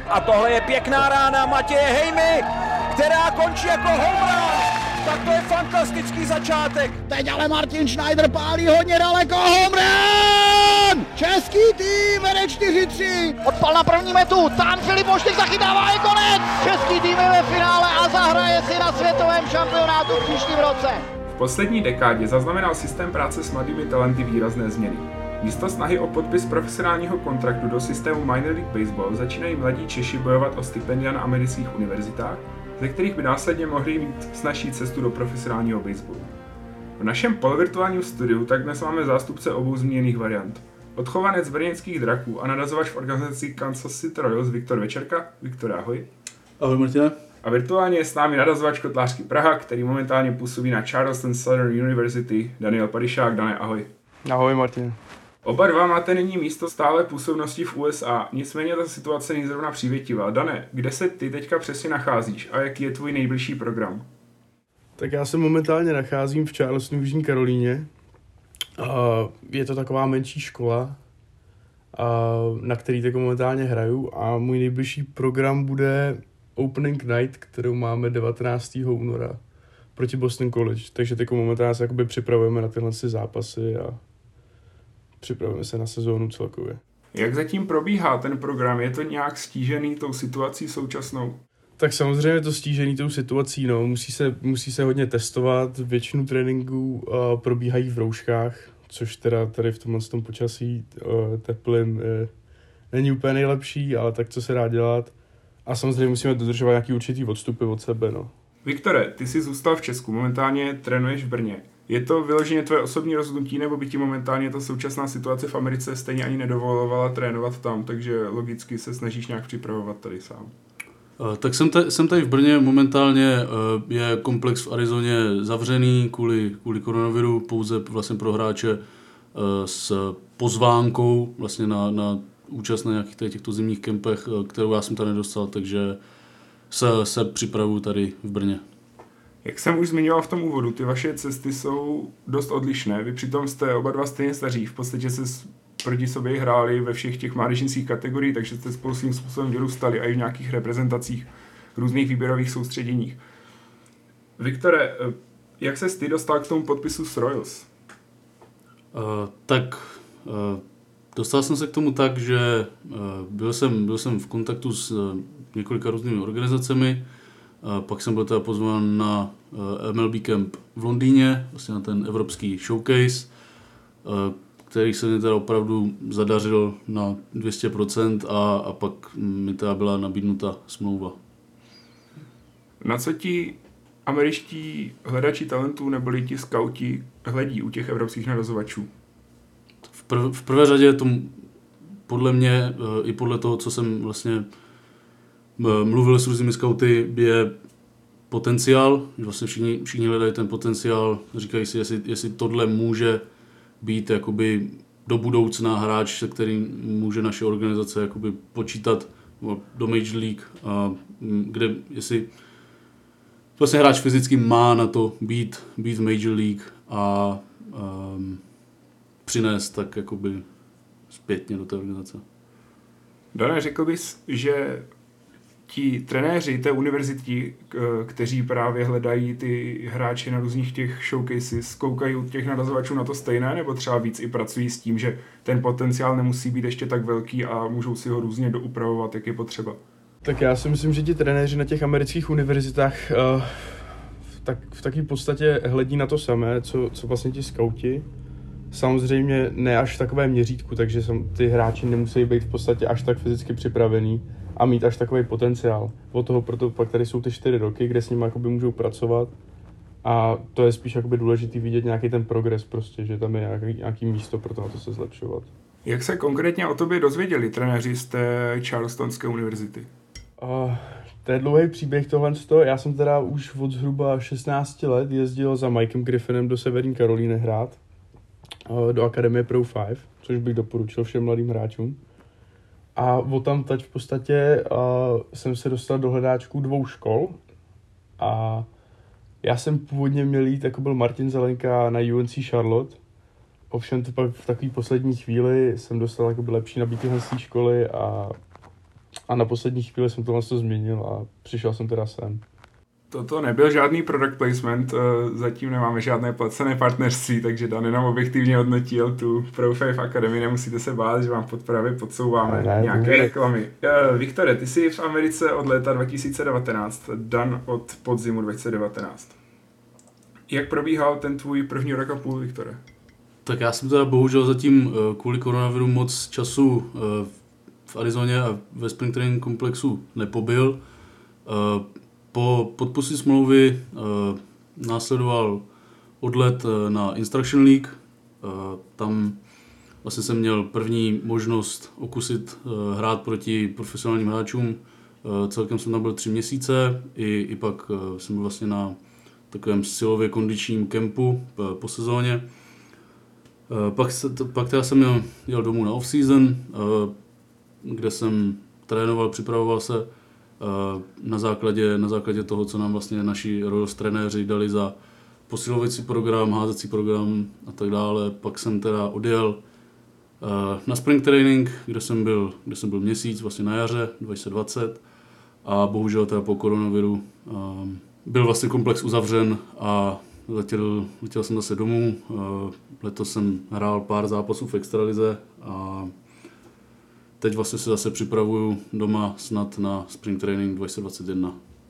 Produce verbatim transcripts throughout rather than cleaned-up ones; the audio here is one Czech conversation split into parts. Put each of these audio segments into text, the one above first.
A tohle je pěkná rána Matěje Hejmy, která končí jako home run. Tak to je fantastický začátek. Teď ale Martin Schneider pálí hodně daleko, home run! Český tým vede čtyři tři. Odpal na první metu, tam Filip Moštyk zachytává, je konec. Český tým je ve finále a zahraje si na světovém šampionátu v příštím roce. V poslední dekádě zaznamenal systém práce s mladými talenty výrazné změny. Místo snahy o podpis profesionálního kontraktu do systému Minor League Baseball začínají mladí Češi bojovat o stipendia na amerických univerzitách, ze kterých by následně mohli mít snazší cestu do profesionálního baseballu. V našem polovirtuálním studiu tak dnes máme zástupce obou zmíněných variant. Odchovanec brněnských draků a nadazovač v organizaci Kansas City Royals Viktor Večerka. Viktor, ahoj. Ahoj, Martina. A virtuálně je s námi nadazovač Kotlářky Praha, který momentálně působí na Charleston Southern University, Daniel Padišák. Dane, ahoj. Ahoj, Martin. Oba dva máte nyní místo stále působnosti v U S A, nicméně ta situace není zrovna přívětivá. Dane, kde se ty teďka přesně nacházíš a jaký je tvůj nejbližší program? Tak já se momentálně nacházím v Charlestonu v Jižní Karolíně. Je to taková menší škola, na který teď momentálně hraju, a můj nejbližší program bude Opening Night, kterou máme devatenáctého února proti Boston College. Takže teď momentálně se jakoby připravujeme na tyhle zápasy a připravujeme se na sezónu celkově. Jak zatím probíhá ten program? Je to nějak stížený tou situací současnou? Tak samozřejmě je to stížený tou situací, no. Musí se, musí se hodně testovat, většinu tréninků uh, probíhají v rouškách, což teda tady v tomhle tom počasí uh, teplým uh, není úplně nejlepší, ale tak co se dá dělat. A samozřejmě musíme dodržovat nějaký určitý odstupy od sebe, no. Viktore, ty jsi zůstal v Česku, momentálně trénuješ v Brně. Je to vyloženě tvoje osobní rozhodnutí, nebo by ti momentálně ta současná situace v Americe stejně ani nedovolovala trénovat tam, takže logicky se snažíš nějak připravovat tady sám? Tak jsem, t- jsem tady v Brně, momentálně je komplex v Arizoně zavřený kvůli, kvůli koronaviru, pouze vlastně pro hráče s pozvánkou vlastně na, na účast na nějakých těchto zimních kempech, kterou já jsem tady nedostal, takže se, se připravuju tady v Brně. Jak jsem už zmiňoval v tom úvodu, ty vaše cesty jsou dost odlišné. Vy přitom jste oba dva stejně staří, v podstatě se proti sobě hráli ve všech těch mládežnických kategoriích, takže jste spolu svým způsobem vyrůstali i v nějakých reprezentacích, různých výběrových soustředěních. Viktore, jak ses ty dostal k tomu podpisu s Royals? Uh, tak uh, dostal jsem se k tomu tak, že uh, byl, jsem, byl jsem v kontaktu s uh, několika různými organizacemi. A pak jsem byl teda pozván na M L B Camp v Londýně, vlastně na ten evropský showcase, který se mi teda opravdu zadařil na dvě stě procent a, a pak mi teda byla nabídnuta smlouva. Na co ti američtí hledači talentů neboli ti skauti hledí u těch evropských nadazovačů? V, prv, v prvé řadě to podle mě i podle toho, co jsem vlastně mluvil s různými skauty, je potenciál, že vlastně všichni, všichni hledají ten potenciál, říkají si, jestli, jestli tohle může být jakoby do budoucna hráč, se kterým může naše organizace jakoby počítat do Major League, a kde jestli vlastně hráč fyzicky má na to být, být v Major League a um, přinést tak jakoby zpětně do té organizace. Dane, řekl bys, že ti trenéři té univerzity, kteří právě hledají ty hráče na různých těch showcases, koukají u těch nadazovačů na to stejné, nebo třeba víc i pracují s tím, že ten potenciál nemusí být ještě tak velký a můžou si ho různě doupravovat, jak je potřeba? Tak já si myslím, že ti trenéři na těch amerických univerzitách uh, tak v takové podstatě hledí na to samé, co, co vlastně ti skauti. Samozřejmě ne až v takovém měřítku, takže ty hráči nemusí být v podstatě až tak fyzicky připravený a mít až takový potenciál. Od toho proto pak tady jsou ty čtyři roky, kde s nimi jakoby můžou pracovat, a to je spíš jakoby důležitý vidět nějaký ten progres prostě, že tam je nějaký, nějaký místo pro to na to se zlepšovat. Jak se konkrétně o tobě dozvěděli trenéři z té Charlestonské univerzity? Uh, to je dlouhý příběh tohle. Já jsem teda už od zhruba šestnácti let jezdil za Mikem Griffinem do Severní Karolíny hrát, uh, do Akademie Pro pět, což bych doporučil všem mladým hráčům. A od tam teď v podstatě uh, jsem se dostal do hledáčků dvou škol a já jsem původně měl jít, jako byl Martin Zelenka, na U N C Charlotte. Ovšem to pak v takové poslední chvíli jsem dostal jakoby lepší nabídky z té školy a A na poslední chvíli jsem tohle to změnil a přišel jsem teda sem. Toto nebyl žádný product placement, zatím nemáme žádné placené partnerství, takže Dan jenom objektivně hodnotil tu Pro Five Academy, nemusíte se bát, že vám pod právě podsouváme ne, nějaké ne. reklamy. Viktore, ty jsi v Americe od léta dva tisíce devatenáct, Dan od podzimu dva tisíce devatenáct. Jak probíhal ten tvůj první rok a půl, Viktore? Tak já jsem teda bohužel zatím kvůli koronaviru moc času v Arizoně a ve Spring Training komplexu nepobyl. Po podpisu smlouvy následoval odlet na Instruction League. Tam vlastně jsem měl první možnost okusit hrát proti profesionálním hráčům. Celkem jsem tam byl tři měsíce, i, i pak jsem byl vlastně na takovém silově kondičním kempu po sezóně. Pak, pak teda jsem jel, jel domů na off-season, kde jsem trénoval, připravoval se na základě, na základě toho, co nám vlastně naši Royals trenéři dali za posilovací program, házecí program a tak dále. Pak jsem teda odjel na spring training, kde jsem byl, kde jsem byl měsíc, vlastně na jaře dva tisíce dvacet a bohužel teda po koronaviru byl vlastně komplex uzavřen a letěl, letěl jsem zase domů. Letos jsem hrál pár zápasů v extralize a teď vlastně se zase připravuju doma snad na Spring Training dva tisíce dvacet jedna.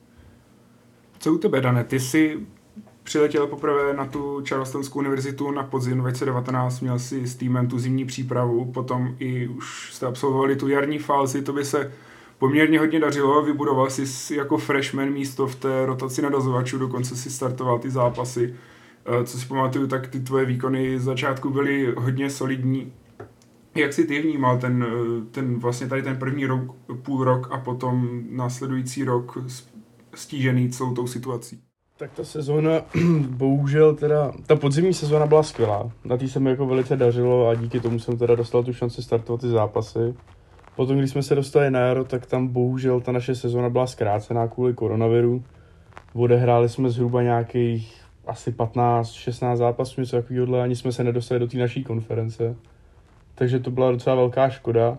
Co u tebe, Dane? Ty jsi přiletěl poprvé na tu Charlestonskou univerzitu na podzim dva tisíce devatenáct, měl jsi s týmem tu zimní přípravu, potom i už jste absolvovali tu jarní fázi, to by se poměrně hodně dařilo, vybudoval jsi jako freshman místo v té rotaci nadazovačů, dokonce si startoval ty zápasy. Co si pamatuju, tak ty tvoje výkony z začátku byly hodně solidní. Jak jsi ty vnímal ten, ten vlastně tady ten první rok, půl rok a potom následující rok stížený celou tou situací? Tak ta sezóna, bohužel teda, ta podzimní sezóna byla skvělá. Na té se mi jako velice dařilo a díky tomu jsem teda dostal tu šanci startovat ty zápasy. Potom, když jsme se dostali na jaro, tak tam bohužel ta naše sezóna byla zkrácená kvůli koronaviru. Odehráli jsme zhruba nějakých asi patnáct šestnáct zápasů, něco takového, ani jsme se nedostali do té naší konference. Takže to byla docela velká škoda.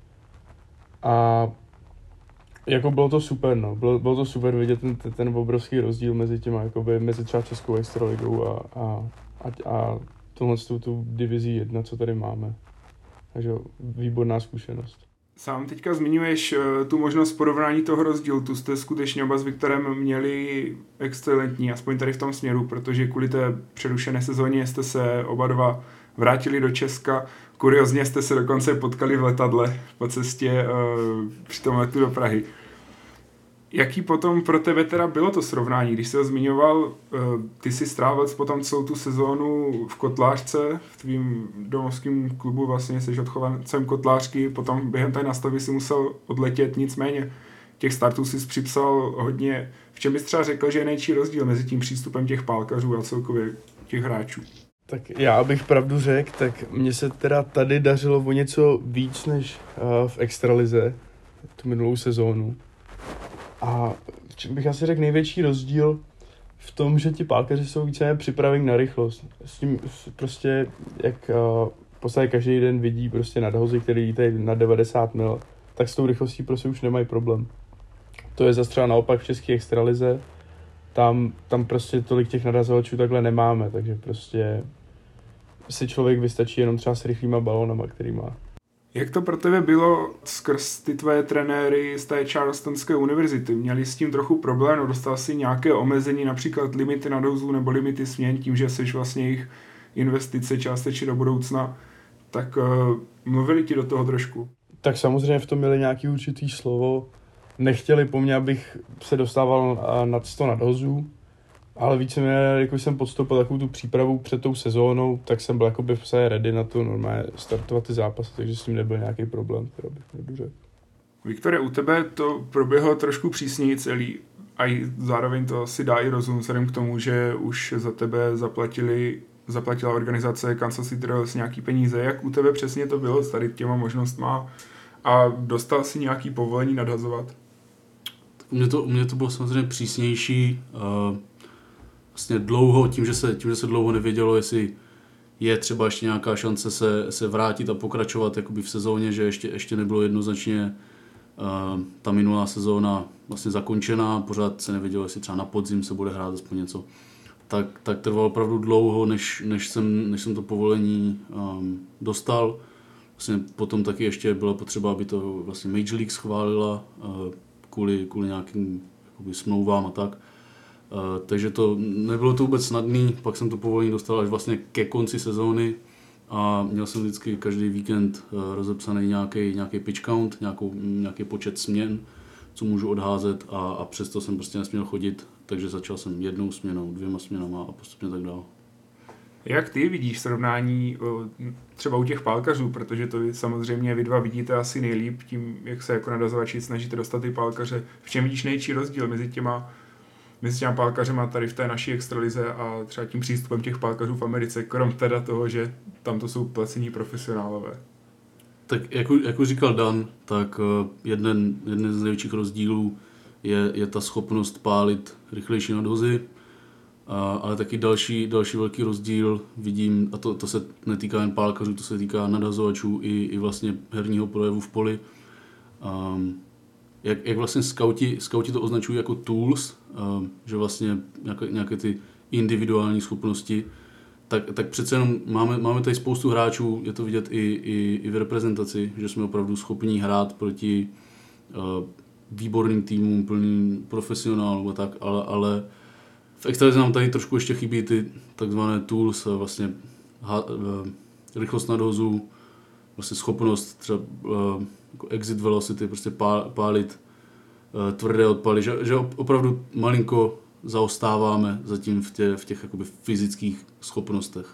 A jako bylo to super, no. Bylo, bylo to super vidět ten, ten obrovský rozdíl mezi těma, jakoby, mezi třeba Českou extraligou a, a, a, a tohle tu, tu divizí jedna, co tady máme. Takže výborná zkušenost. Sám teďka zmiňuješ uh, tu možnost porovnání toho rozdílu. Tu jste skutečně oba s Viktorem měli excelentní, aspoň tady v tom směru, protože kvůli té přerušené sezóně jste se oba dva vrátili do Česka. Kuriozně jste se dokonce potkali v letadle po cestě uh, při tom letu do Prahy. Jaký potom pro tebe teda bylo to srovnání? Když jsi ho zmiňoval, uh, ty jsi strávil potom celou tu sezónu v Kotlářce, v tvým domovském klubu, vlastně jsi odchovancem Kotlářky, potom během té nastavby si musel odletět, nicméně těch startů jsi připsal hodně. V čem bys třeba řekl, že je největší rozdíl mezi tím přístupem těch pálkařů a celkově těch hráčů? Tak já, abych pravdu řekl, tak mně se teda tady dařilo o něco víc než uh, v extralize, tu minulou sezónu. A bych asi řekl největší rozdíl v tom, že ti pálkaři jsou více připraveni na rychlost. S tím prostě, jak uh, v podstatě každý den vidí prostě nadhozy, který lítají na devadesát mil, tak s tou rychlostí prostě už nemají problém. To je zase třeba naopak v české extralize. Tam, tam prostě tolik těch nadazovačů takhle nemáme, takže prostě si člověk vystačí jenom třeba s rychlýma balónama, který má. Jak to pro tebe bylo skrz ty tvoje trenéry z té Charlestonské univerzity? Měli s tím trochu problém, no dostal si nějaké omezení, například limity nadhozů nebo limity směn, tím, že jsi vlastně jejich investice částečně do budoucna, tak uh, mluvili ti do toho trošku? Tak samozřejmě v tom měli nějaký určitý slovo. Nechtěli po mně, abych se dostával nad sto nadhozů, ale víceméně, jako jsem podstoupil takovou tu přípravu před tou sezónou, tak jsem byl jakoby vse ready na to normálně startovat ty zápasy, takže s tím nebyl nějaký problém, který bych nebudu řekl. Viktore, u tebe to proběhlo trošku přísněji celý a zároveň to si dá i rozum vzhledem k tomu, že už za tebe zaplatili, zaplatila organizace Kansas City Royals nějaký peníze. Jak u tebe přesně to bylo s tady těma možnostma a dostal si nějaký povolení nadhazovat? U mě to, u mě to bylo samozřejmě přísnější. Uh, vlastně dlouho, tím že, se, tím, že se dlouho nevědělo, jestli je třeba ještě nějaká šance se, se vrátit a pokračovat jakoby v sezóně, že ještě, ještě nebylo jednoznačně ta minulá sezóna vlastně zakončená, pořád se nevědělo, jestli třeba na podzim se bude hrát aspoň něco. Tak, tak trvalo opravdu dlouho, než, než, jsem, než jsem to povolení um, dostal. Vlastně potom taky ještě bylo potřeba, aby to vlastně Major League schválila uh, kvůli, kvůli nějakým jakoby, smlouvám a tak. Uh, takže to nebylo to vůbec snadný, pak jsem to povolení dostal až vlastně ke konci sezóny a měl jsem vždycky každý víkend uh, rozepsaný nějaký, nějaký pitch count, nějakou, nějaký počet směn, co můžu odházet a, a přesto jsem prostě nesměl chodit, takže začal jsem jednou směnou, dvěma směnama a postupně tak dál. Jak ty vidíš srovnání třeba u těch pálkařů, protože to samozřejmě vy dva vidíte asi nejlíp tím, jak se jako nadazovači snažíte dostat ty pálkaře. V čem vidíš největší rozdíl mezi těma, mezi těma pálkařema tady v té naší extralize a třeba tím přístupem těch pálkařů v Americe, krom teda toho, že tam to jsou placení profesionálové? Tak jak, jak už říkal Dan, tak jeden, jeden z největších rozdílů je, je ta schopnost pálit rychlejší nadhozy, a, ale taky další, další velký rozdíl vidím, a to, to se netýká jen pálkařů, to se týká nadhazovačů i, i vlastně herního projevu v poli. Um, jak, jak vlastně skauti, skauti to označují jako tools, um, že vlastně nějaké, nějaké ty individuální schopnosti, tak, tak přece jenom máme, máme tady spoustu hráčů, je to vidět i, i, i v reprezentaci, že jsme opravdu schopní hrát proti uh, výborným týmům, plným profesionálům a tak, ale, ale v extralize nám tady trošku ještě chybí ty takzvané tools, vlastně ha, uh, rychlost nadhozu, vlastně schopnost třeba uh, jako exit velocity, prostě pá, pálit uh, tvrdé odpaly, že, že opravdu malinko zaostáváme zatím v, tě, v těch jakoby fyzických schopnostech.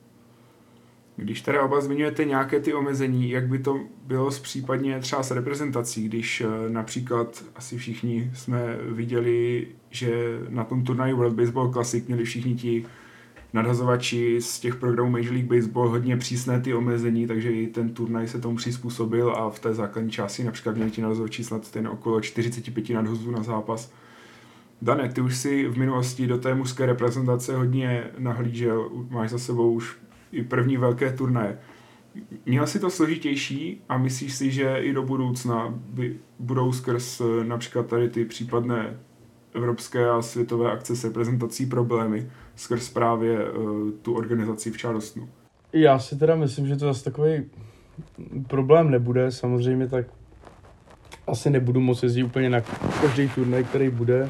Když teda oba zmiňujete nějaké ty omezení, jak by to bylo s případně třeba s reprezentací, když například asi všichni jsme viděli, že na tom turnaji World Baseball Classic měli všichni ti nadhazovači z těch programů Major League Baseball hodně přísné ty omezení, takže i ten turnaj se tomu přizpůsobil a v té základní části například měli ti nadhazovači snad ten okolo čtyřicet pět nadhozů na zápas. Dane, ty už si v minulosti do té mužské reprezentace hodně nahlížel, máš za sebou už i první velké turnaje. Měl si to složitější a myslíš si, že i do budoucna by, budou skrz například tady ty případné evropské a světové akce s reprezentací problémy skrz právě uh, tu organizaci v Charlestonu? Já si teda myslím, že to zase takový problém nebude. Samozřejmě tak asi nebudu moc jezdit úplně na každý turnaj, který bude.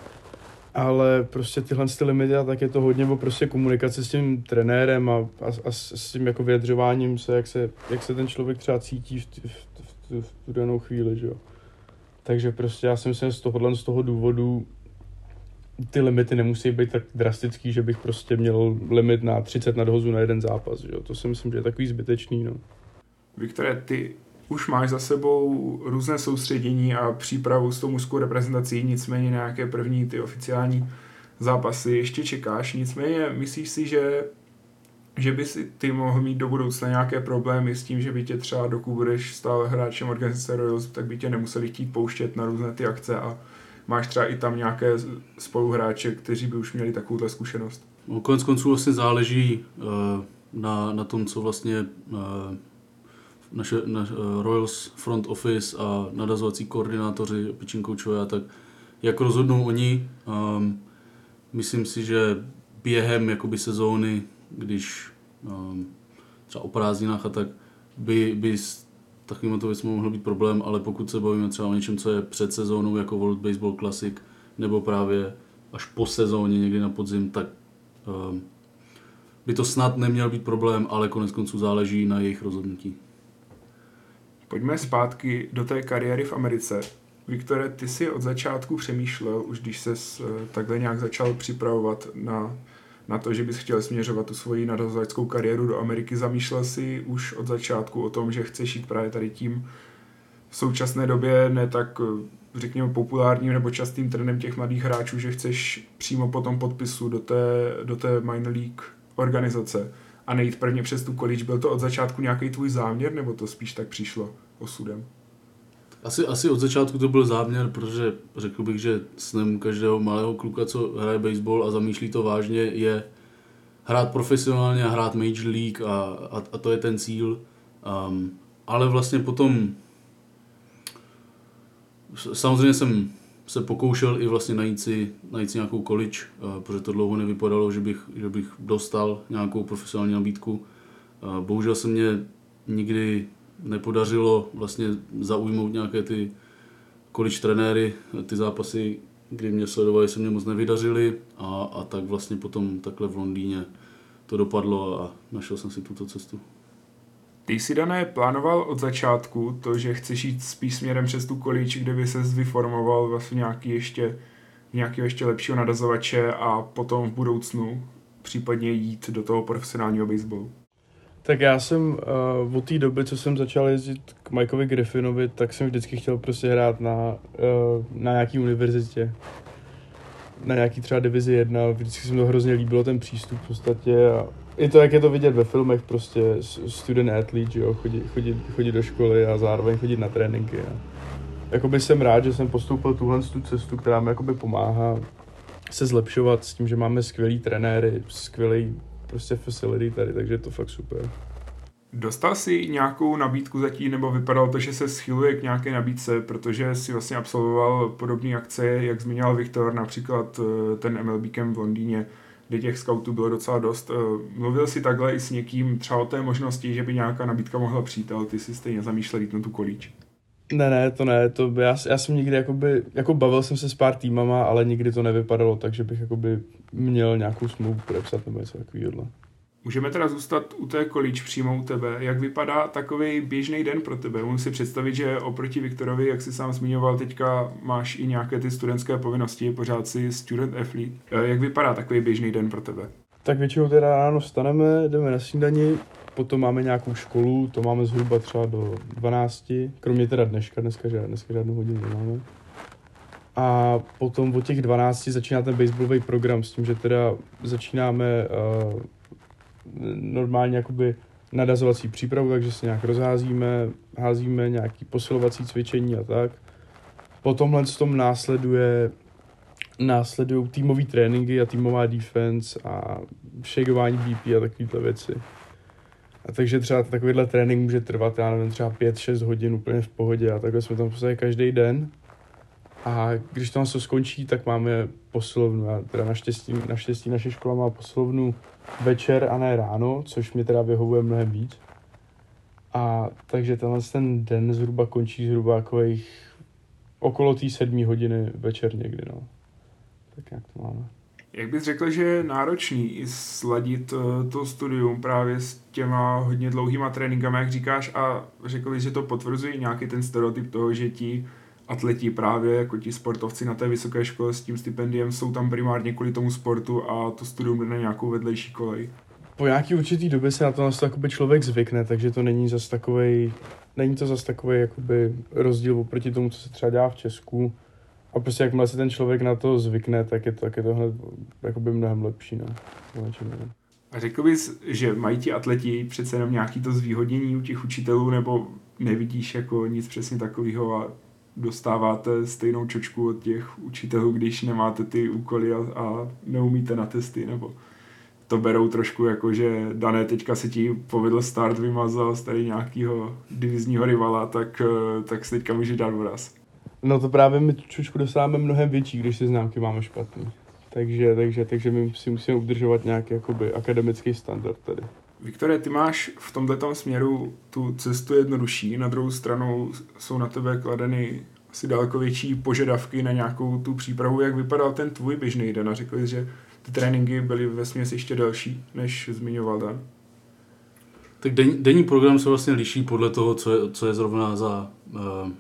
Ale prostě tyhle ty limity a tak je to hodně o prostě komunikaci s tím trenérem a, a, a s tím jako vyjadřováním se, jak se, jak se ten člověk třeba cítí v, v, v, v tu danou chvíli, že jo. Takže prostě já si myslím, z tohohle z toho důvodu ty limity nemusí být tak drastický, že bych prostě měl limit na třicet nadhozů na jeden zápas, že jo. To si myslím, že je takový zbytečný, no. Viktore, ty už máš za sebou různé soustředění a přípravu s tou mužskou reprezentací, nicméně nějaké první ty oficiální zápasy ještě čekáš, nicméně myslíš si, že, že by si ty mohl mít do budoucna nějaké problémy s tím, že by tě třeba dokud budeš stále hráčem organizace Royals, tak by tě nemuseli chtít pouštět na různé ty akce a máš třeba i tam nějaké spoluhráče, kteří by už měli takovouhle zkušenost? No, konec konců vlastně záleží uh, na, na tom, co vlastně uh, naše na, uh, Royals front office a nadazovací koordinátoři, pitching coachové, tak jak rozhodnou oni. Um, myslím si, že během jakoby sezóny, když um, třeba o prázdninách a tak, by, by s takovýmto věcmi mohl být problém, ale pokud se bavíme třeba o něčem, co je před sezónou jako World Baseball Classic, nebo právě až po sezóně někdy na podzim, tak um, by to snad neměl být problém, ale konec konců záleží na jejich rozhodnutí. Pojďme zpátky do té kariéry v Americe. Viktore, ty si od začátku přemýšlel, už když ses takhle nějak začal připravovat na, na to, že bys chtěl směřovat tu svoji nadhazovačskou kariéru do Ameriky, zamýšlel si už od začátku o tom, že chceš jít právě tady tím v současné době ne tak, řekněme, populárním nebo častým trendem těch mladých hráčů, že chceš přímo po tom podpisu do té, do té minor league organizace a nejít prvně přes tu college. Byl to od začátku nějaký tvůj záměr, nebo to spíš tak přišlo osudem? Asi, asi od začátku to byl záměr, protože řekl bych, že snem každého malého kluka, co hraje baseball a zamýšlí to vážně, je hrát profesionálně a hrát Major League a, a, a to je ten cíl. Um, ale vlastně potom samozřejmě jsem se pokoušel i vlastně najít si, najít si nějakou college, protože to dlouho nevypadalo, že bych, že bych dostal nějakou profesionální nabídku. Bohužel se mě nikdy nepodařilo vlastně zaujmout nějaké ty college trenéry, ty zápasy, kdy mě sledovali, se mě moc nevydařily a, a tak vlastně potom takhle v Londýně to dopadlo a našel jsem si tuto cestu. Ty jsi, Dané, plánoval od začátku to, že chceš jít spíš směrem přes tu college, kde by ses vyformoval vlastně nějaký ještě, nějakého ještě lepšího nadazovače a potom v budoucnu případně jít do toho profesionálního baseballu? Tak já jsem uh, od té doby, co jsem začal jezdit k Mikeovi Griffinovi, tak jsem vždycky chtěl prostě hrát na, uh, na nějaký univerzitě. Na nějaký třeba divizi jedna, vždycky se mi to hrozně líbilo, ten přístup v podstatě a i to, jak je to vidět ve filmech, prostě student athlete, jo, chodit, chodit, chodit do školy a zároveň chodit na tréninky. A jakoby jsem rád, že jsem postoupil tuhle tu cestu, která mi jakoby pomáhá se zlepšovat s tím, že máme skvělý trenéry, skvělý prostě facility tady, takže je to fakt super. Dostal jsi nějakou nabídku zatím, nebo vypadalo to, že se schyluje k nějaké nabídce, protože jsi vlastně absolvoval podobné akce, jak zmiňoval Viktor, například ten M L B camp v Londýně, kde těch scoutů bylo docela dost. Mluvil jsi takhle i s někým třeba o té možnosti, že by nějaká nabídka mohla přijít, ale ty si stejně zamýšlel jít na tu college? Ne, ne, to ne, to já, já jsem nikdy jakoby, jako bavil jsem se s pár týmama, ale nikdy to nevypadalo, takže bych jakoby měl nějakou smlouvu podepsat nebo něco takového. Můžeme teda zůstat u té college přímo u tebe. Jak vypadá takový běžný den pro tebe? Můžu si představit, že oproti Viktorovi, jak jsi sám zmiňoval, teďka máš i nějaké ty studentské povinnosti, pořád si student athlete. Jak vypadá takový běžný den pro tebe? Tak většinou teda ráno vstaneme, jdeme na snídani, potom máme nějakou školu, to máme zhruba třeba do dvanácti, kromě teda dneška, dneska, žád, dneska žádnou hodinu nemáme. A potom od těch dvanácti začíná ten baseballový program s tím, že teda začínáme uh, normálně jakoby nadazovací přípravu, takže se nějak rozházíme, házíme nějaký posilovací cvičení a tak. Po tomhle z tom následuje následují týmové tréninky a týmová defense a shakeování B P a takovéhle věci. A takže třeba takovýhle trénink může trvat, já nevím, třeba pět šest hodin úplně v pohodě a takhle jsme tam prostě každý den. A když to se skončí, tak máme posilovnu. A teda naštěstí, naštěstí naše škola má posilovnu večer a ne ráno, což mě teda vyhovuje mnohem víc. A takže tenhle ten den zhruba končí zhruba jako jich okolo té sedmé hodiny večer někdy, no. Tak jak to máme. Jak bys řekl, že je náročný i sladit to studium právě s těma hodně dlouhýma tréninkama, jak říkáš, a řekl bys, že to potvrzuje nějaký ten stereotyp toho, že ti atleti právě jako ti sportovci na té vysoké škole s tím stipendiem jsou tam primárně kvůli tomu sportu a to studium jde na nějakou vedlejší kolej? Po nějaký určitý době se na to jakoby člověk zvykne, takže to není zas takovej, není to zas takovej jakoby rozdíl oproti tomu, co se třeba dělá v Česku. A prostě jakmile se ten člověk na to zvykne, tak je to, tak je to hned jakoby mnohem lepší. No. A řekl bys, že mají ti atleti přece jenom nějaký to zvýhodnění u těch učitelů, nebo nevidíš jako nic přesně takového a dostáváte stejnou čočku od těch učitelů, když nemáte ty úkoly a, a neumíte na testy, nebo to berou trošku jako, že Dané, teďka se ti povedl start, vymazal z tady nějakého divizního rivala, tak, tak se teďka může dát voraz. No to právě my čočku dostáváme mnohem větší, když si známky máme špatný. Takže, takže, takže my si musíme udržovat nějaký jakoby akademický standard tady. Viktore, ty máš v tomto směru tu cestu jednodušší, na druhou stranu jsou na tebe kladeny asi daleko větší požadavky na nějakou tu přípravu. Jak vypadal ten tvůj běžný den? A řekl jsi, že ty tréninky byly vesměs ještě delší, než zmiňoval Dan. Tak den, denní program se vlastně liší podle toho, co je, co je zrovna za, uh,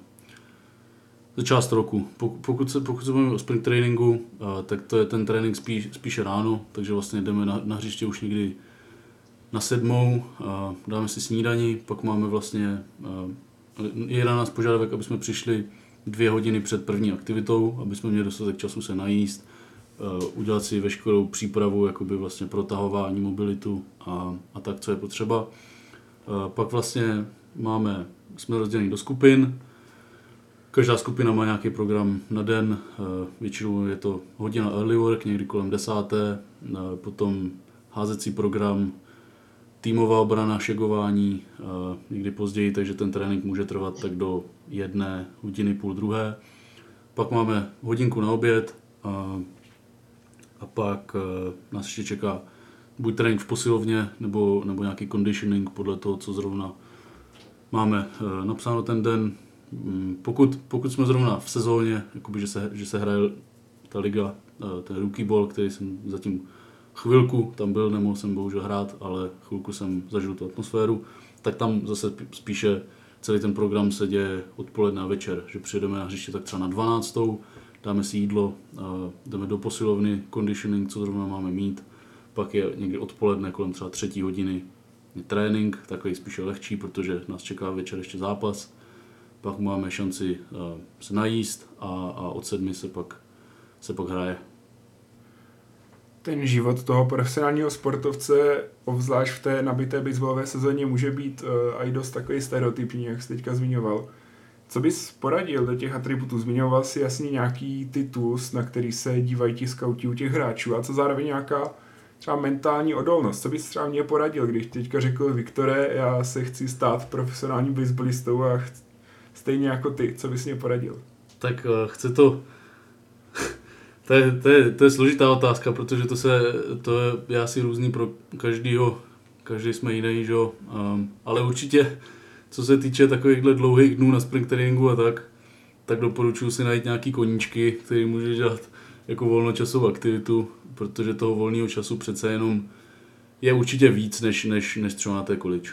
za část roku. Pokud se, pokud se bavíme o sprint tréninku, uh, tak to je ten trénink spíš, spíše ráno, takže vlastně jdeme na, na hřiště už někdy na sedmou, uh, dáme si snídani, pak máme vlastně, uh, je na nás požadavek, aby jsme přišli dvě hodiny před první aktivitou, aby jsme měli dostatek času se najíst, uh, udělat si veškerou přípravu, jakoby vlastně protahování, mobilitu a, a tak, co je potřeba. Uh, pak vlastně máme, jsme rozděleni do skupin, každá skupina má nějaký program na den, uh, většinou je to hodina early work, někdy kolem desáté, uh, potom házecí program, týmová obrana, šegování, někdy později, takže ten trénink může trvat tak do jedné hodiny, půl druhé. pak máme hodinku na oběd a, a pak uh, nás ještě čeká buď trénink v posilovně, nebo, nebo nějaký conditioning podle toho, co zrovna máme uh, napsáno ten den. Um, pokud, pokud jsme zrovna v sezóně, jakoby, že, se, že se hraje ta liga, uh, ten rookie ball, který jsem zatím chvilku tam byl, nemohl jsem bohužel hrát, ale chvilku jsem zažil tu atmosféru, tak tam zase spíše celý ten program se děje odpoledne a večer, že přijedeme na hřiště tak třeba na dvanáctou, dáme si jídlo, jdeme do posilovny, conditioning, co zrovna máme mít, pak je někdy odpoledne kolem třeba třetí hodiny je trénink, takový spíše lehčí, protože nás čeká večer ještě zápas, pak máme šanci se najíst a, a od sedmi se pak, se pak hraje. Ten život toho profesionálního sportovce, obzvlášť v té nabité baseballové sezóně, může být uh, i dost takový stereotypní, jak jsi teďka zmiňoval. Co bys poradil do těch atributů? Zmiňoval si jasně nějaký ty tools, na který se dívají ti skauti u těch hráčů, a co zároveň nějaká třeba mentální odolnost. Co bys třeba mě poradil, když teďka řekl Viktore, já se chci stát profesionálním baseballistou a chci, stejně jako ty, co bys mě poradil? Tak uh, chce to... To je, to, je, to je složitá otázka, protože to, se, to je, je asi různý pro každýho, každý jsme jiný, že? Um, ale určitě, co se týče takovýchhle dlouhých dnů na sprint tréninku a tak, tak doporučuji si najít nějaký koníčky, který můžeš dělat jako volnočasovou aktivitu, protože toho volného času přece jenom je určitě víc, než, než, než třeba na té college.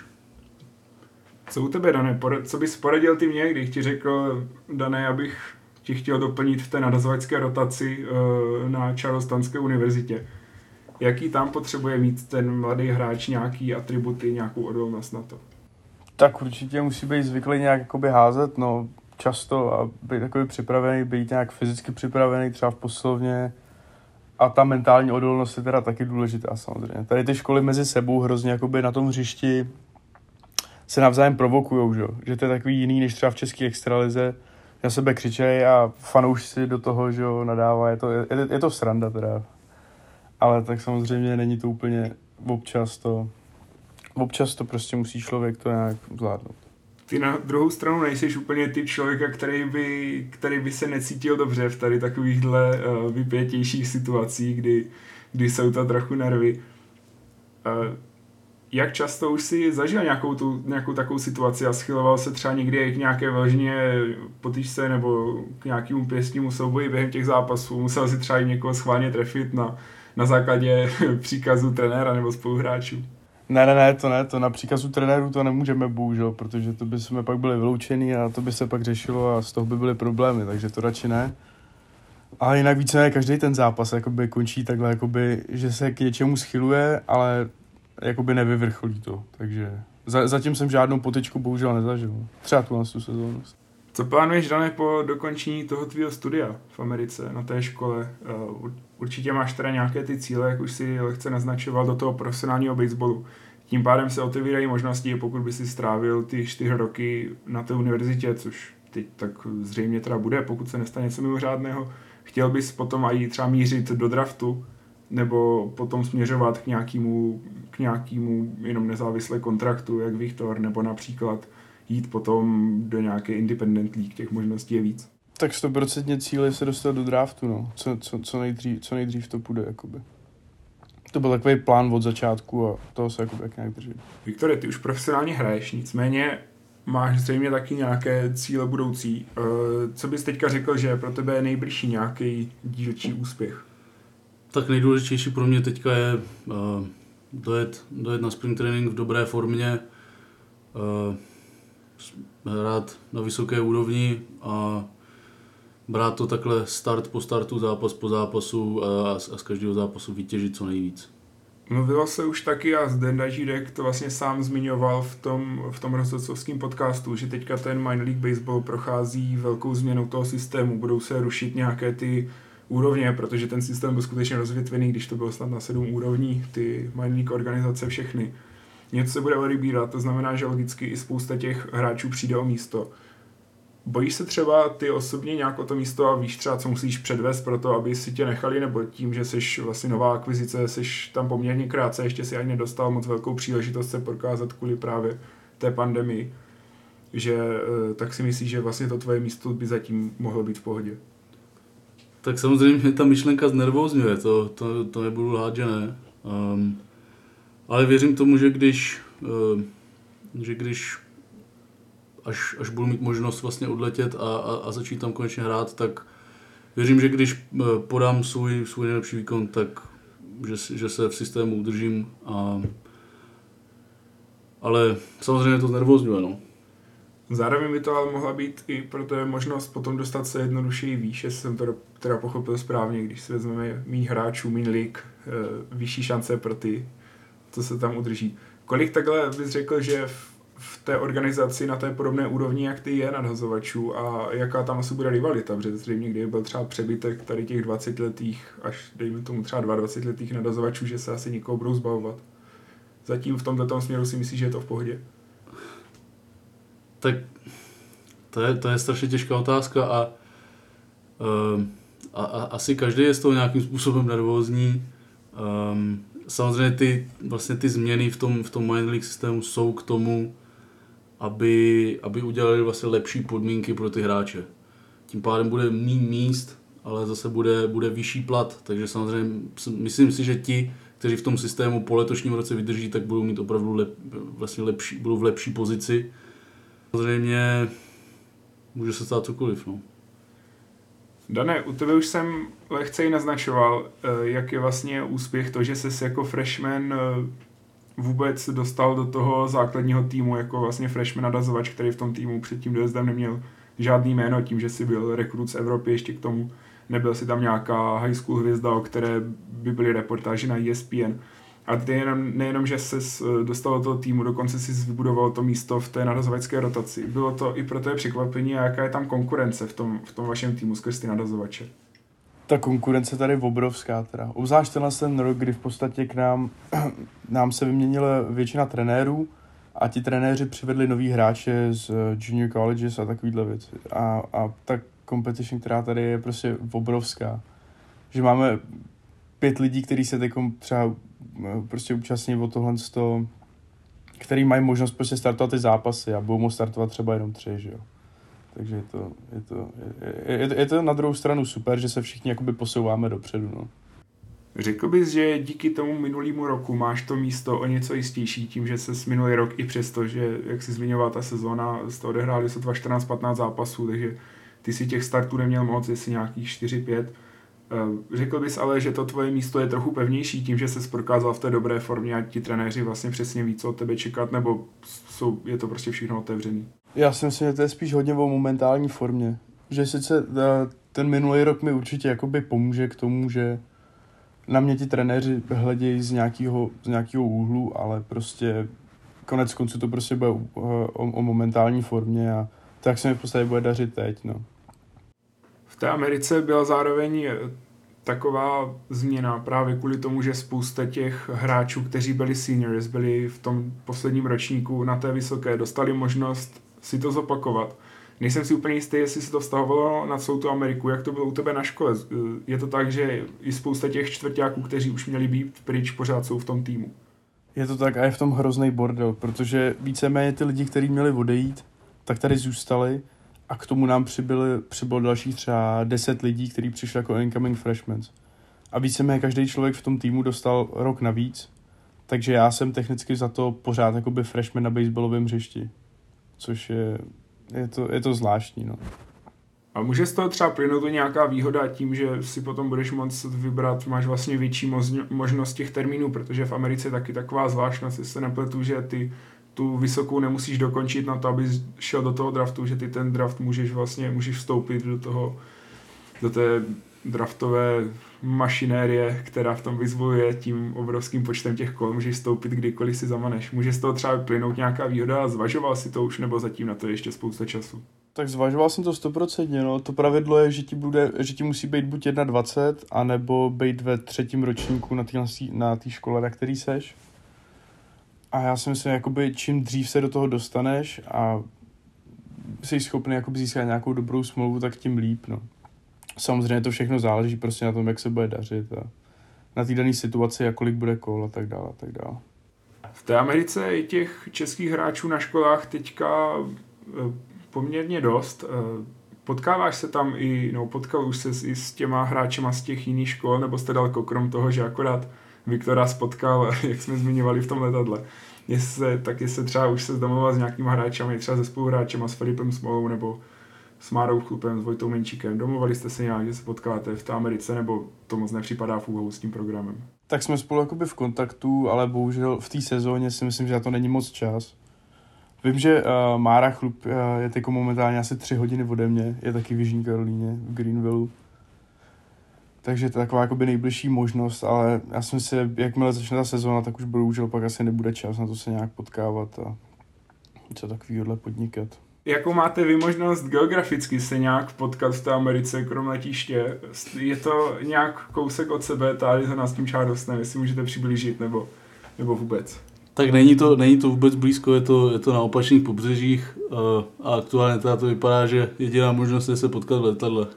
Co u tebe, Dané? Co bys poradil ty mě, když ti řekl, Dané, abych ti chtěl doplnit v té nadazovačské rotaci uh, na Charlestonské univerzitě. Jaký tam potřebuje mít ten mladý hráč, nějaký atributy, nějakou odolnost na to? Tak určitě musí být zvyklý nějak jakoby házet, no často a být takový připravený, být nějak fyzicky připravený třeba v posilovně, a ta mentální odolnost je teda taky důležitá samozřejmě. Tady ty školy mezi sebou hrozně jakoby na tom hřišti se navzájem provokujou, že? Že to je takový jiný než třeba v české extralize. Na sebe křičej a fanoušci do toho, že jo, nadává, je to, je, je to sranda teda. Ale tak samozřejmě není to úplně občas to, občas to prostě musí člověk to nějak zvládnout. Ty na druhou stranu nejsiš úplně typ člověka, který by, který by se necítil dobře v tady takovýchhle uh, vypětějších situacích, kdy, kdy jsou to trochu nervy. Uh, Jak často už si zažil nějakou, tu, nějakou takovou situaci a schyloval se třeba někdy k nějaké vložně potýčce nebo k nějakému pěstnímu souboji během těch zápasů? Musel si třeba i někoho schválně trefit na, na základě příkazu trenéra nebo spoluhráčů? Ne, ne, ne, to ne, to na příkazu trenéru to nemůžeme, bohužel, protože to by jsme pak byli vyloučení a to by se pak řešilo a z toho by byly problémy, takže to radši ne. A jinak více ne, každý ten zápas jakoby končí takhle, jakoby, že se k něčemu schyluje, ale jakoby nevyvrcholí to, takže za, zatím jsem žádnou potyčku bohužel nezažil. Třeba tu na tu sezónu. Co plánuješ, Dané, po dokončení toho tvýho studia v Americe, na té škole? Určitě máš teda nějaké ty cíle, jak už si lehce naznačoval, do toho profesionálního baseballu. Tím pádem se otevírají možnosti, pokud by si strávil ty čtyři roky na té univerzitě, což teď tak zřejmě teda bude, pokud se nestane něco mimořádného. Chtěl bys potom i třeba mířit do draftu, nebo potom směřovat k nějakému, k nějakému jenom nezávislé kontraktu, jak Viktor, nebo například jít potom do nějaké independent league, těch možností je víc. Tak stoprocentně cíl je se dostat do draftu, no. Co, co, co, nejdřív, co nejdřív to půjde, jakoby. To byl takový plán od začátku a toho se jakoby jak nějak drží. Viktore, ty už profesionálně hraješ, nicméně máš zřejmě taky nějaké cíle budoucí. Co bys teďka řekl, že pro tebe je nejbližší nějaký dílčí úspěch? Tak nejdůležitější pro mě teďka je uh, dojet, dojet na sprint training v dobré formě, uh, hrát na vysoké úrovni a brát to takhle start po startu, zápas po zápasu a, a z každého zápasu vytěžit co nejvíc. Mluvilo se už taky a Zdenda Žídek to vlastně sám zmiňoval v tom, v tom rozhodcovském podcastu, že teďka ten minor league baseball prochází velkou změnou toho systému, budou se rušit nějaké ty úrovně, protože ten systém byl skutečně rozvětvený, když to bylo snad na sedm úrovní, ty minor league organizace všechny. Něco se bude odebírat, to znamená, že logicky i spousta těch hráčů přijde o místo. Bojíš se třeba ty osobně nějak o to místo a víš třeba, co musíš předvést pro to, aby si tě nechali, nebo tím, že jsi vlastně nová akvizice, jsi tam poměrně krátce, ještě si ani nedostal moc velkou příležitost se prokázat kvůli právě té pandemii, že tak si myslíš, že vlastně to tvoje místo by zatím mohlo být v pohodě? Tak samozřejmě ta myšlenka znervózňuje, to, to, to nebudu lhát, že ne. Um, ale věřím tomu, že když, uh, že když až, až budu mít možnost vlastně odletět a, a, a začít tam konečně hrát, tak věřím, že když uh, podám svůj, svůj nejlepší výkon, tak že, že se v systému udržím. A, ale samozřejmě to znervózňuje, no. Zároveň by to ale mohla být i pro to možnost potom dostat se jednodušeji výš, jestli jsem to teda pochopil správně, když si vezmeme méně hráčů, méně lig, vyšší šance pro ty, co se tam udrží. Kolik takhle bys řekl, že v, v té organizaci na té podobné úrovni, jak ty je nadhazovačů a jaká tam asi bude rivalita, protože zřejmě kdyby byl třeba přebytek tady těch dvacetiletých, až dejme tomu třeba dvacetiletých nadhazovačů, že se asi nikoho budou zbavovat. Zatím v tomto směru si myslíš, že je to v pohodě? Tak to je, to je strašně těžká otázka a, a, a asi každý je z toho nějakým způsobem nervózní. Um, samozřejmě ty, vlastně ty změny v tom, v tom minor league systému jsou k tomu, aby, aby udělali vlastně lepší podmínky pro ty hráče. Tím pádem bude méně míst, ale zase bude, bude vyšší plat, takže samozřejmě myslím si, že ti, kteří v tom systému po letošním roce vydrží, tak budou mít opravdu lep, vlastně lepší, budou v lepší pozici. Samozřejmě může se stát cokoliv, no. Dane, u tebe už jsem lehce i naznačoval, jak je vlastně úspěch to, že ses jako freshman vůbec dostal do toho základního týmu, jako vlastně freshman nadazovač, který v tom týmu před tím dojezdem neměl žádný jméno, tím, že jsi byl rekrut z Evropy ještě k tomu. Nebyl si tam nějaká high school hvězda, o které by byly reportáže na E S P N. A ty nejenom, nejenom, že jsi dostal do toho týmu, dokonce jsi vybudoval to místo v té nadazovačské rotaci. Bylo to i pro tvé překvapení, a jaká je tam konkurence v tom, v tom vašem týmu skrz ty nadazovače? Ta konkurence tady je obrovská teda. Obzvlášť tenhle ten rok, kdy v podstatě k nám, nám se vyměnila většina trenérů a ti trenéři přivedli nový hráče z junior colleges a takovýhle věci. A, a ta competition, která tady je, prostě obrovská. Že máme pět lidí, kteří se teď třeba prostě účastní o tohle sto, který mají možnost prostě startovat ty zápasy a budou moct startovat třeba jenom tři, že jo. Takže je to, je to, je, je, je to na druhou stranu super, že se všichni jakoby posouváme dopředu, no. Řekl bys, že díky tomu minulýmu roku máš to místo o něco jistější tím, že ses minulý rok i přesto, že jak jsi zmiňoval, ta sezóna, jste odehráli sotva čtrnáct patnáct zápasů, takže ty si těch startů neměl moc, jestli nějakých čtyři pět. Řekl bys ale, že to tvoje místo je trochu pevnější tím, že ses prokázal v té dobré formě a ti trenéři vlastně přesně ví, co od tebe čekat, nebo jsou, je to prostě všechno otevřený? Já si myslím, že to je spíš hodně o momentální formě. Že sice ten minulý rok mi určitě jakoby pomůže k tomu, že na mě ti trenéři hledějí z nějakého, z nějakého úhlu, ale prostě konec konců to prostě bude o, o, o momentální formě a tak se mi v podstatě bude dařit teď, no. V té Americe byla zároveň taková změna právě kvůli tomu, že spousta těch hráčů, kteří byli seniors, byli v tom posledním ročníku na té vysoké, dostali možnost si to zopakovat. Nejsem si úplně jistý, jestli se to vztahovalo na celou tu Ameriku, jak to bylo u tebe na škole. Je to tak, že i spousta těch čtvrťáků, kteří už měli být pryč, pořád jsou v tom týmu? Je to tak a je v tom hrozný bordel, protože víceméně ty lidi, kteří měli odejít, tak tady zůstali a k tomu nám přibyly, přibylo dalších třeba deset lidí, kteří přišli jako incoming freshmen. A víceméně každý člověk v tom týmu dostal rok navíc, takže já jsem technicky za to pořád jakoby freshman na baseballovém hřišti, což je, je, to, je to zvláštní, no. A může z toho třeba plynout nějaká výhoda tím, že si potom budeš moct vybrat, máš vlastně větší možnost těch termínů, protože v Americe je taky taková zvláštnost, jestli se nepletu, že ty tu vysokou nemusíš dokončit na to, abys šel do toho draftu, že ty ten draft můžeš vlastně, můžeš vstoupit do toho, do té draftové mašinérie, která v tom vyzvoluje tím obrovským počtem těch kol, můžeš vstoupit kdykoliv si zamaneš. Může z toho třeba plynout nějaká výhoda a zvažoval si to už, nebo zatím na to je ještě spousta času? Tak zvažoval jsem to stoprocentně, no. To pravidlo je, že ti, bude, že ti musí být buď dvacet jedna, anebo být ve třetím ročníku na té na té škole, na který seš. A já si myslím, jakoby čím dřív se do toho dostaneš a jsi schopný jakoby získat nějakou dobrou smlouvu, tak tím líp, no. Samozřejmě to všechno záleží prostě na tom, jak se bude dařit a na té dané situaci, jak kolik bude kol a tak dále, a tak dále. V té Americe je těch českých hráčů na školách teďka poměrně dost. Potkáváš se tam i, no potkal už se i s těma hráčema z těch jiných škol, nebo jste daleko, krom toho, že akorát Viktora spotkal, jak jsme zmiňovali v tom letadle. Jestli, tak jestli třeba už se domluvil s nějakýma hráčemi, třeba se spoluhráčema, s Filipem Smolou, nebo s Márou Chlupem, s Vojtou Menčíkem. Domluvali jste se nějak, že se potkáte v té Americe, nebo to moc nepřipadá v úvahu s tím programem? Tak jsme spolu jakoby v kontaktu, ale bohužel v té sezóně si myslím, že na to není moc čas. Vím, že uh, Mára Chlup uh, je teď momentálně asi tři hodiny ode mě, je taky v Jižní Karolíně, v Greenville. Takže to je taková jakoby nejbližší možnost, ale já si myslím, jakmile začne ta sezóna, tak už bohužel pak asi nebude čas na to se nějak potkávat a něco takovýhle podnikat. Jakou máte vy možnost geograficky se nějak potkat v té Americe, krom letiště? Je to nějak kousek od sebe, tady za nás tím Čádostem, jestli můžete přiblížit, nebo, nebo vůbec? Tak není to, není to vůbec blízko, je to, je to na opačných pobřežích a aktuálně teda to vypadá, že jediná možnost je se potkat v letadle.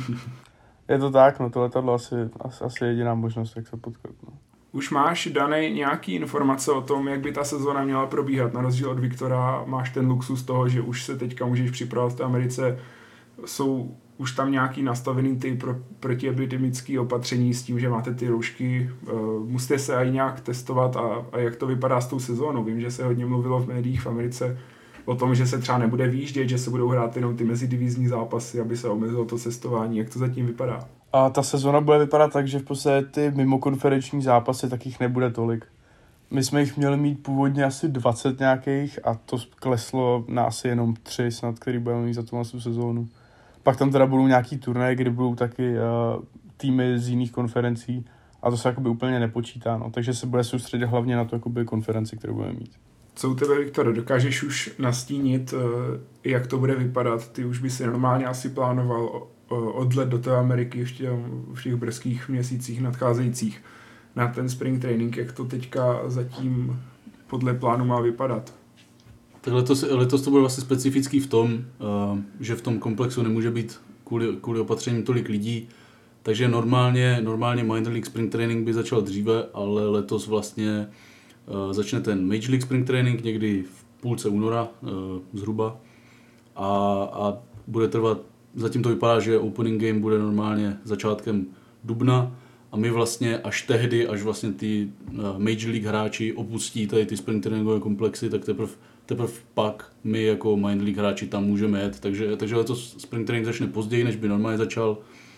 Je to tak, no to letadlo asi, asi, asi jediná možnost, jak se potkat. No. Už máš dané nějaký informace o tom, jak by ta sezóna měla probíhat? Na rozdíl od Viktora máš ten luxus toho, že už se teďka můžeš připravovat v té Americe. Jsou už tam nějaký nastavený ty pro, protiepidemické opatření s tím, že máte ty roušky. Uh, musíte se aj nějak testovat a, a jak to vypadá s tou sezónou? Vím, že se hodně mluvilo v médiích v Americe o tom, že se třeba nebude výjíždět, že se budou hrát jenom ty mezidivizní zápasy, aby se omezilo to cestování. Jak to zatím vypadá? A ta sezona bude vypadat tak, že v podstatě ty mimokonferenční zápasy, tak jich nebude tolik. My jsme jich měli mít původně asi dvacet nějakých a to kleslo na asi jenom tři snad, který budeme mít za tu sezónu. Pak tam teda budou nějaký turnaje, kde budou taky uh, týmy z jiných konferencí a to se jakoby úplně nepočítá, no. Takže se bude soustředit hlavně na to jakoby konferenci, kterou budeme mít. Co u tebe, Viktor, dokážeš už nastínit, uh, jak to bude vypadat? Ty už by si normálně asi plánoval odlet do té Ameriky v těch, v těch brzkých měsících nadcházejících na ten spring training, jak to teďka zatím podle plánu má vypadat? Tak letos, letos to bude vlastně specifický v tom, uh, že v tom komplexu nemůže být kvůli, kvůli opatřením tolik lidí, takže normálně, normálně Minor League Spring Training by začal dříve, ale letos vlastně uh, začne ten Major League Spring Training někdy v půlce února uh, zhruba a, a bude trvat. Zatím to vypadá, že opening game bude normálně začátkem dubna a my vlastně až tehdy, až vlastně ty Major League hráči opustí tady ty spring trainingové komplexy, tak teprve teprv pak my jako Minor League hráči tam můžeme jet. Takže, takže letos spring training začne později, než by normálně začal.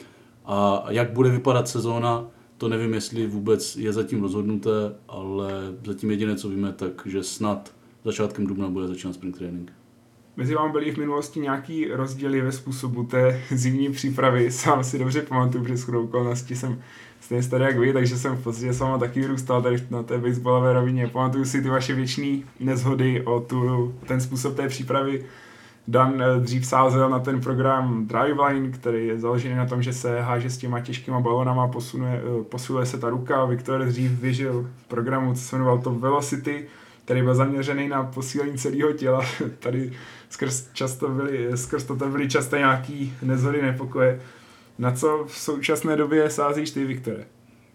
A jak bude vypadat sezóna, to nevím, jestli vůbec je zatím rozhodnuté, ale zatím jediné, co víme, tak že snad začátkem dubna bude začínat spring training. Mezi vám byly v minulosti nějaký rozdíly ve způsobu té zimní přípravy. Sám si dobře pamatuju, že shodou okolností jsem stejně starý jak vy, takže jsem v podstatě s váma taky vyrůstal tady na té baseballové rovině. Pamatuju si ty vaše věčné neshody o tu, ten způsob té přípravy. Dan dřív sázel na ten program Driveline, který je založený na tom, že se háže s těma těžkýma balonama, posunuje, posiluje se ta ruka. Viktor dřív vyžil v programu, co se jmenoval Top Velocity, který byl zaměřený na posílení celého těla. Tady skrz, často byly, skrz to byly často nějaký neshody, nepokoje. Na co v současné době sázíš ty, Viktore?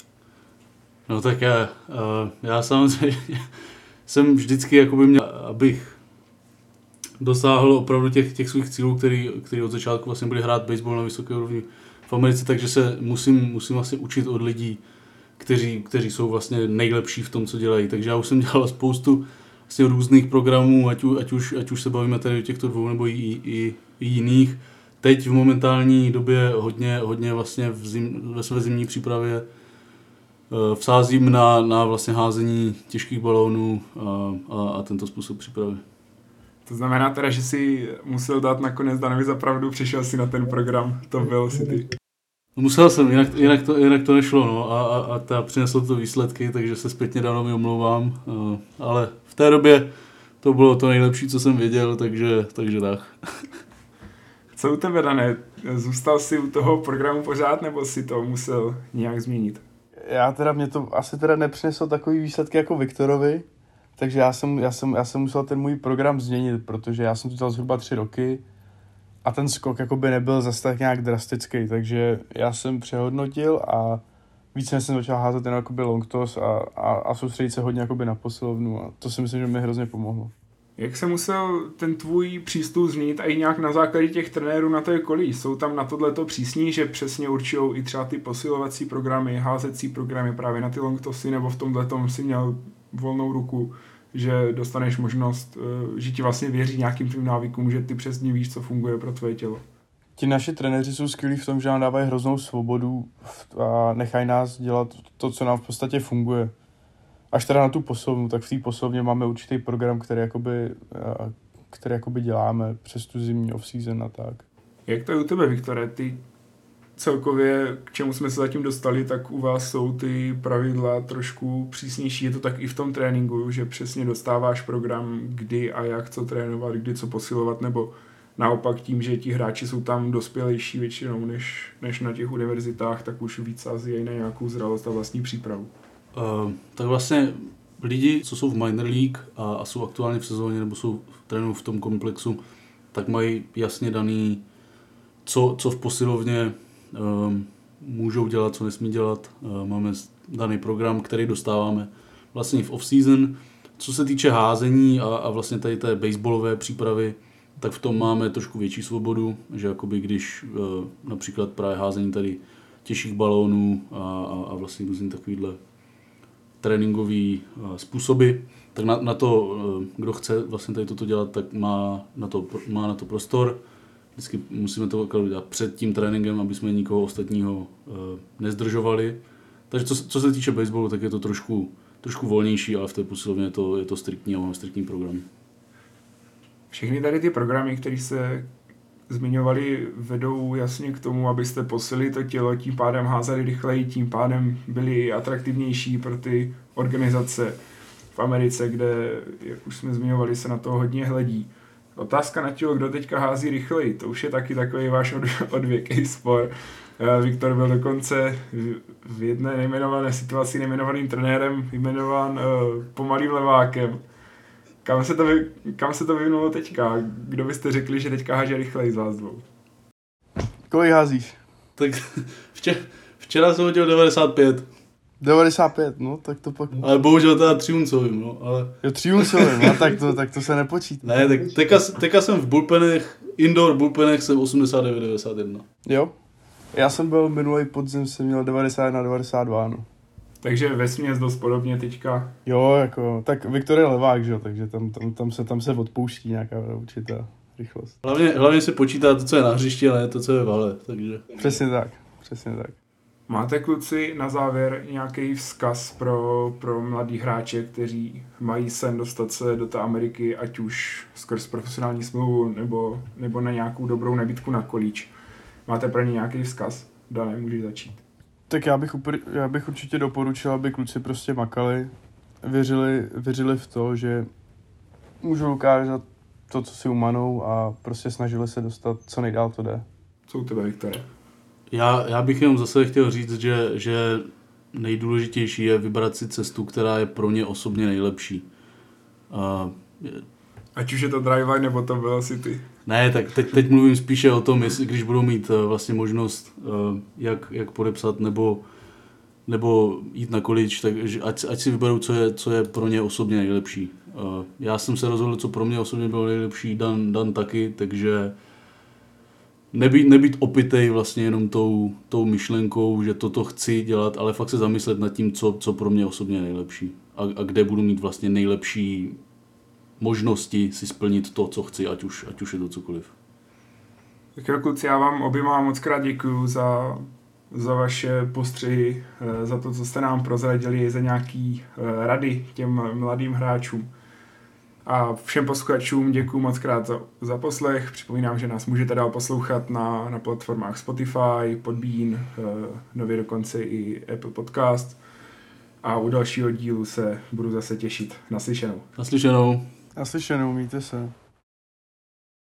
No tak já, já samozřejmě jsem vždycky jakoby měl, abych dosáhl opravdu těch, těch svých cílů, který, který od začátku vlastně byli hrát baseball na vysoké úrovni v Americe, takže se musím, musím vlastně učit od lidí, kteří, kteří jsou vlastně nejlepší v tom, co dělají. Takže já už jsem dělal spoustu vlastně různých programů, ať, ať, už, ať už se bavíme tady o těchto dvou nebo i, i, i jiných. Teď v momentální době hodně, hodně vlastně v zim, ve své zimní přípravě uh, vsázím na, na vlastně házení těžkých balónů a, a, a tento způsob přípravy. To znamená teda, že si musel dát nakonec Danovi za pravdu, přišel si na ten program Top Velocity. Musel jsem, jinak, jinak, to, jinak to nešlo, no, a, a, a ta přineslo to výsledky, takže se zpětně Danovi omlouvám, uh, ale v té době to bylo to nejlepší, co jsem věděl, takže, takže tak. Co u tebe, Dané? Zůstal jsi u toho programu pořád, nebo si to musel nějak změnit? Já teda, mě to asi teda nepřineslo takový výsledky jako Viktorovi, takže já jsem, já jsem, já jsem musel ten můj program změnit, protože já jsem to dělal zhruba tři roky a ten skok jakoby nebyl zase tak nějak drastický, takže já jsem přehodnotil a více jsem začal házet ten jakoby long toss a, a, a soustředit se hodně jakoby na posilovnu a to si myslím, že mi hrozně pomohlo. Jak se musel ten tvůj přístup změnit a i nějak na základě těch trenérů na té kolí? Jsou tam na tohleto přísní, že přesně určují i třeba ty posilovací programy, házecí programy právě na ty long tossy, nebo v tomhletom si měl volnou ruku, že dostaneš možnost, že ti vlastně věří nějakým tvým návykům, že ty přesně víš, co funguje pro tvoje tělo? Ti naši trenéři jsou skvělí v tom, že nám dávají hroznou svobodu a nechají nás dělat to, co nám v podstatě funguje. Až teda na tu poslovnu, tak v té poslovně máme určitý program, který jakoby, který jakoby děláme přes tu zimní off-season a tak. Jak to je u tebe, Viktore? Ty celkově, k čemu jsme se zatím dostali, tak u vás jsou ty pravidla trošku přísnější. Je to tak i v tom tréninku, že přesně dostáváš program, kdy a jak co trénovat, kdy co posilovat, nebo naopak tím, že ti hráči jsou tam dospělejší většinou než, než na těch univerzitách, tak už víc sází na nějakou zralost a vlastní přípravu. Uh, tak vlastně lidi, co jsou v minor league a, a jsou aktuálně v sezóně nebo jsou trénují v tom komplexu, tak mají jasně daný, co, co v posilovně um, můžou dělat, co nesmí dělat. Uh, máme daný program, který dostáváme vlastně v off-season. Co se týče házení a, a vlastně tady té baseballové přípravy, tak v tom máme trošku větší svobodu, že jakoby když uh, například právě házení tady těžších balónů a, a, a vlastně různý takovýhle tréninkový uh, způsoby, tak na, na to, uh, kdo chce vlastně tady toto dělat, tak má na to, má na to prostor. Vždycky musíme to dělat před tím tréninkem, aby jsme nikoho ostatního uh, nezdržovali. Takže co, co se týče baseballu, tak je to trošku, trošku volnější, ale v té posilovně je to, je to striktní a máme striktní program. Všechny tady ty programy, které se zmiňovali, vedou jasně k tomu, abyste posili to tělo, tím pádem házeli rychleji, tím pádem byli atraktivnější pro ty organizace v Americe, kde, jak už jsme zmiňovali, se na to hodně hledí. Otázka na tělo, kdo teďka hází rychleji, to už je taky takový váš odvěký spor. Viktor byl dokonce v jedné nejmenované situaci nejmenovaným trenérem jmenován uh, pomalým levákem. Kam se to, vy, kam se to vyvinulo teďka? Kdo byste řekli, že teďka háže rychleji z vás dvou? Kolik házíš? Tak včera, včera jsem hodil devadesát pět. devadesát pět, no, tak to pak... Ale bohužel teda triuncovým, no, ale... Jo, triuncovým, no, tak to, tak to se nepočítá. Ne, tak teďka, teďka jsem v bullpenech, indoor bullpenech jsem osmdesát devět devadesát jedna. Jo? Já jsem byl minulý podzim, jsem měl devadesát jedna devadesát dva, no. Takže vesměs dost podobně teďka. Jo, jako, tak Viktor je levák, že jo, takže tam, tam, tam, se, tam se odpouští nějaká určitá rychlost. Hlavně, hlavně se počítá to, co je na hřišti, ale ne to, co je v hale, takže... Přesně tak, přesně tak. Máte, kluci, na závěr nějaký vzkaz pro, pro mladý hráče, kteří mají sen dostat se do té Ameriky, ať už skrz profesionální smlouvu, nebo, nebo na nějakou dobrou nabídku na college? Máte pro ně nějaký vzkaz? Dané, můžeš začít. Tak já bych, upr- já bych určitě doporučil, aby kluci prostě makali, věřili, věřili v to, že můžou ukázat to, co si umanou a prostě snažili se dostat, co nejdál to jde. Co u tebe, Viktore? Já, já bych jenom zase chtěl říct, že, že nejdůležitější je vybrat si cestu, která je pro ně osobně nejlepší. Uh, je... Ať už je to Drive nebo to Velocity. Ne, tak teď, teď mluvím spíše o tom, jestli, když budou mít uh, vlastně možnost, uh, jak, jak podepsat nebo, nebo jít na college, tak ať, ať si vyberou, co je, co je pro ně osobně nejlepší. Uh, já jsem se rozhodl, co pro mě osobně bylo nejlepší, Dan, Dan taky, takže nebýt, nebýt opitej vlastně jenom tou, tou myšlenkou, že toto chci dělat, ale fakt se zamyslet nad tím, co, co pro mě osobně je nejlepší a, a kde budu mít vlastně nejlepší možnosti si splnit to, co chci, ať už, ať už je to cokoliv. Tak jo, kluci, já vám oběma moc krát děkuju za, za vaše postřehy, za to, co jste nám prozradili, za nějaký rady těm mladým hráčům. A všem posluchačům děkuju moc krát za, za poslech. Připomínám, že nás můžete dál poslouchat na, na platformách Spotify, Podbean, nově dokonce i Apple Podcast. A u dalšího dílu se budu zase těšit. Naslyšenou. Naslyšenou. Naslyšenou, mějte se.